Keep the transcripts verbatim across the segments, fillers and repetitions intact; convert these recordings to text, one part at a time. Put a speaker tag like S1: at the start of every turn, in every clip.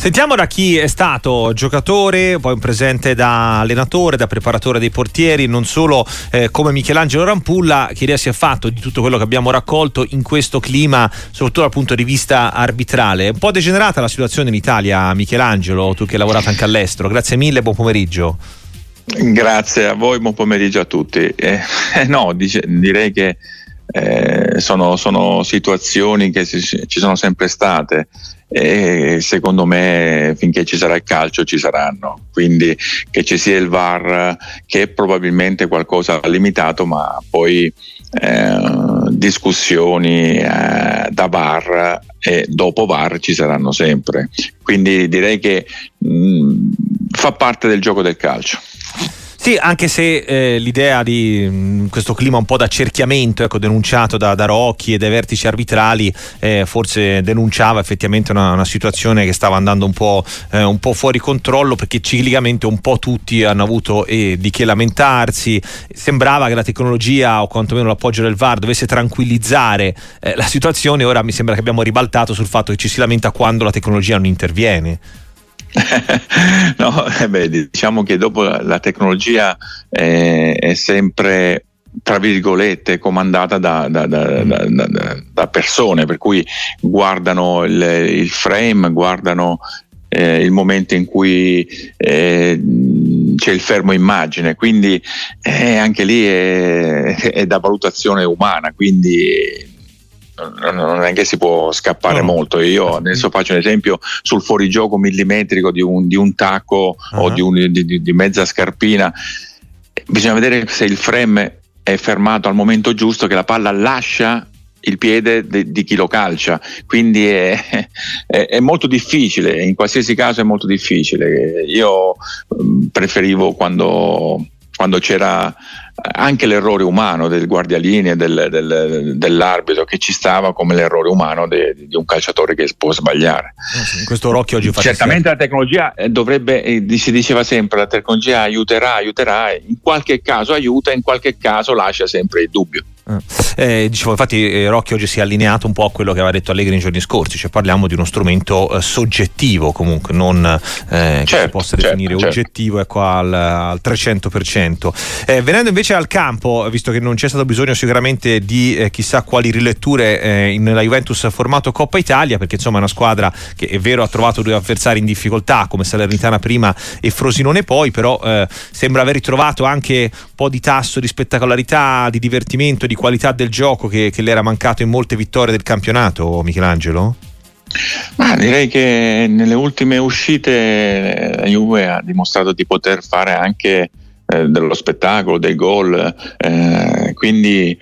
S1: Sentiamo da chi è stato giocatore, poi un presente da allenatore, da preparatore dei portieri, non solo eh, come Michelangelo Rampulla, che idea si è fatto di tutto quello che abbiamo raccolto in questo clima, soprattutto dal punto di vista arbitrale. Un po' degenerata la situazione in Italia, Michelangelo, tu che hai lavorato anche all'estero. Grazie mille, buon pomeriggio.
S2: Grazie a voi, buon pomeriggio a tutti. Eh, eh, no, dice, direi che eh, sono, sono situazioni che ci, ci sono sempre state. E secondo me finché ci sarà il calcio ci saranno, quindi che ci sia il V A R, che è probabilmente qualcosa limitato, ma poi eh, discussioni eh, da V A R e dopo V A R ci saranno sempre, quindi direi che mh, fa parte del gioco del calcio.
S1: Sì, anche se eh, l'idea di mh, questo clima un po' d'accerchiamento, ecco, denunciato da, da Rocchi e dai vertici arbitrali, eh, forse denunciava effettivamente una, una situazione che stava andando un po', eh, un po' fuori controllo, perché ciclicamente un po' tutti hanno avuto eh, di che lamentarsi. Sembrava che la tecnologia, o quantomeno l'appoggio del V A R, dovesse tranquillizzare eh, la situazione. Ora mi sembra che abbiamo ribaltato sul fatto che ci si lamenta quando la tecnologia non interviene.
S2: No, eh beh, diciamo che dopo la tecnologia è, è sempre, tra virgolette, comandata da, da, da, da, da, da persone, per cui guardano il, il frame, guardano eh, il momento in cui eh, c'è il fermo immagine, quindi eh, anche lì è, è da valutazione umana, quindi non è che si può scappare no. molto. Io adesso faccio un esempio sul fuorigioco millimetrico di un, di un tacco uh-huh. o di, un, di, di mezza scarpina. Bisogna vedere se il frame è fermato al momento giusto, che la palla lascia il piede de, di chi lo calcia, quindi è, è, è molto difficile, in qualsiasi caso è molto difficile. Io preferivo quando, quando c'era anche l'errore umano del guardialinea, del, del, dell'arbitro, che ci stava, come l'errore umano de, di un calciatore che può sbagliare.
S1: In questo Rocchi oggi
S2: certamente la tecnologia dovrebbe, si diceva sempre, la tecnologia aiuterà, aiuterà, in qualche caso aiuta, in qualche caso lascia sempre il dubbio.
S1: Eh, dicevo, infatti eh, Rocchi oggi si è allineato un po' a quello che aveva detto Allegri nei giorni scorsi, cioè parliamo di uno strumento eh, soggettivo, comunque non eh, certo, che si possa definire certo, oggettivo, certo. ecco, al, al trecento per cento. Eh, venendo invece al campo, visto che non c'è stato bisogno sicuramente di eh, chissà quali riletture eh, nella Juventus formato Coppa Italia, perché insomma è una squadra che è vero ha trovato due avversari in difficoltà come Salernitana prima e Frosinone poi, però eh, sembra aver ritrovato anche un po' di tasso di spettacolarità, di divertimento, di qualità del gioco che, che le era mancato in molte vittorie del campionato, Michelangelo?
S2: Ma direi che nelle ultime uscite la Juve ha dimostrato di poter fare anche eh, dello spettacolo, dei gol, eh, quindi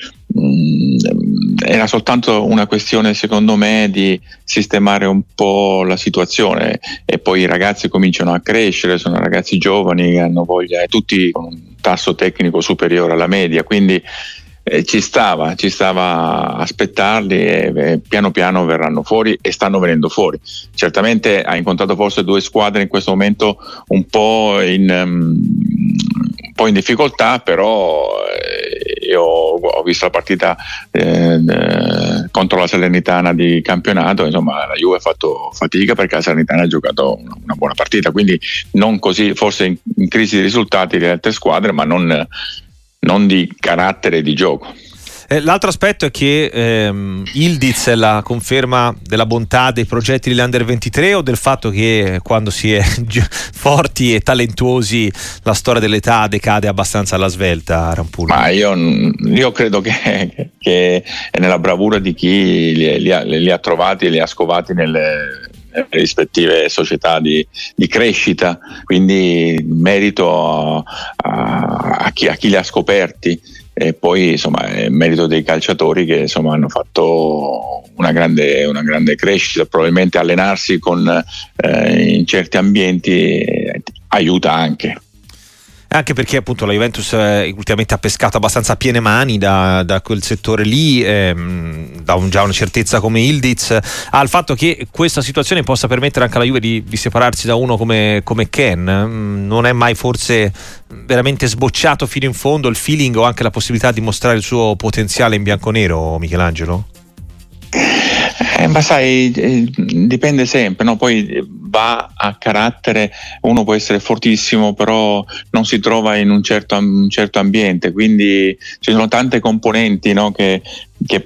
S2: mh, era soltanto una questione, secondo me, di sistemare un po' la situazione, e poi i ragazzi cominciano a crescere, sono ragazzi giovani che hanno voglia, e tutti con un tasso tecnico superiore alla media, quindi Eh, ci stava, ci stava aspettarli e eh, piano piano verranno fuori, e stanno venendo fuori. Certamente ha incontrato forse due squadre in questo momento un po' in, um, un po' in difficoltà, però eh, io ho visto la partita eh, eh, contro la Salernitana di campionato, insomma la Juve ha fatto fatica perché la Salernitana ha giocato una, una buona partita, quindi non così, forse in, in crisi di risultati le altre squadre, ma non non di carattere e di gioco.
S1: Eh, l'altro aspetto è che ehm, Ildiz è la conferma della bontà dei progetti degli Under ventitré, o del fatto che quando si è forti e talentuosi la storia dell'età decade abbastanza alla svelta, Rampulla?
S2: Ma io, io credo che, che è nella bravura di chi li, li, ha, li ha trovati e li ha scovati nelle le rispettive società di, di crescita, quindi merito a, a, chi, a chi li ha scoperti, e poi insomma è merito dei calciatori che insomma hanno fatto una grande, una grande crescita. Probabilmente allenarsi con, eh, in certi ambienti eh, aiuta anche.
S1: Anche perché appunto la Juventus eh, ultimamente ha pescato abbastanza a piene mani da, da quel settore lì, ehm, da un, già una certezza come Ildiz, al fatto che questa situazione possa permettere anche alla Juve di, di separarsi da uno come, come Ken. Mm, non è mai forse veramente sbocciato fino in fondo il feeling o anche la possibilità di mostrare il suo potenziale in bianconero, Michelangelo?
S2: Eh, ma sai, eh, dipende sempre, no? Poi va a carattere, uno può essere fortissimo però non si trova in un certo, un certo ambiente, quindi ci sono tante componenti, no? che, che,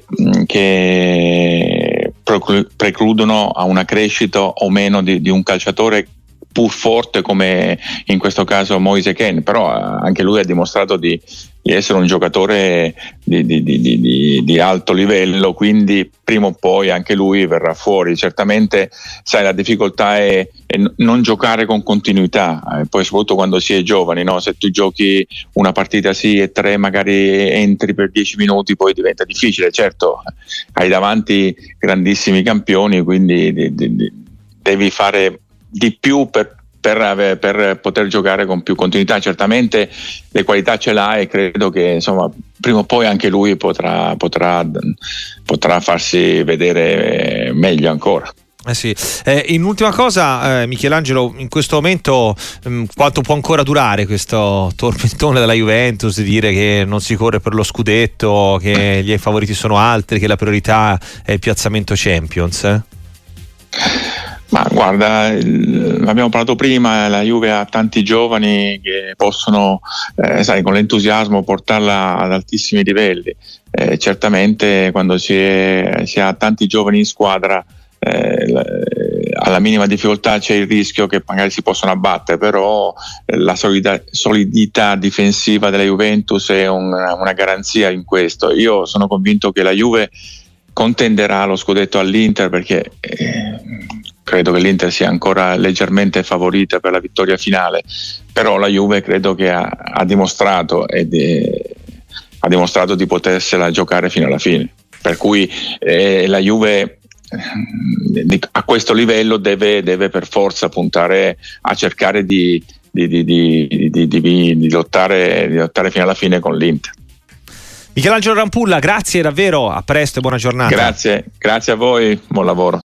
S2: che precludono a una crescita o meno di, di un calciatore pur forte come in questo caso Moise Kean, però anche lui ha dimostrato di, di essere un giocatore di, di, di, di, di alto livello, quindi prima o poi anche lui verrà fuori. Certamente sai, la difficoltà è, è non giocare con continuità, eh, poi soprattutto quando si è giovani, no? Se tu giochi una partita sì e tre magari entri per dieci minuti, poi diventa difficile. Certo, hai davanti grandissimi campioni, quindi di, di, di, devi fare di più per, per, per poter giocare con più continuità. Certamente le qualità ce l'ha e credo che insomma prima o poi anche lui potrà, potrà, potrà farsi vedere meglio ancora.
S1: Eh sì. Eh, in ultima cosa, eh, Michelangelo, in questo momento mh, quanto può ancora durare questo tormentone della Juventus di dire che non si corre per lo scudetto, che gli favoriti sono altri, che la priorità è il piazzamento Champions? Eh?
S2: Ma guarda, il, abbiamo parlato prima, la Juve ha tanti giovani che possono, eh, sai, con l'entusiasmo portarla ad altissimi livelli. Eh, certamente quando si, è, si ha tanti giovani in squadra, eh, alla minima difficoltà c'è il rischio che magari si possano abbattere, però eh, la solida, solidità difensiva della Juventus è una, una garanzia in questo. Io sono convinto che la Juve contenderà lo scudetto all'Inter, perché eh, credo che l'Inter sia ancora leggermente favorita per la vittoria finale, però la Juve credo che ha, ha dimostrato ed è, ha dimostrato di potersela giocare fino alla fine, per cui eh, la Juve eh, a questo livello deve, deve per forza puntare a cercare di, di, di, di, di, di, di, lottare, di lottare fino alla fine con l'Inter.
S1: Michelangelo Rampulla, grazie davvero, a presto e buona giornata.
S2: Grazie, grazie a voi, buon lavoro.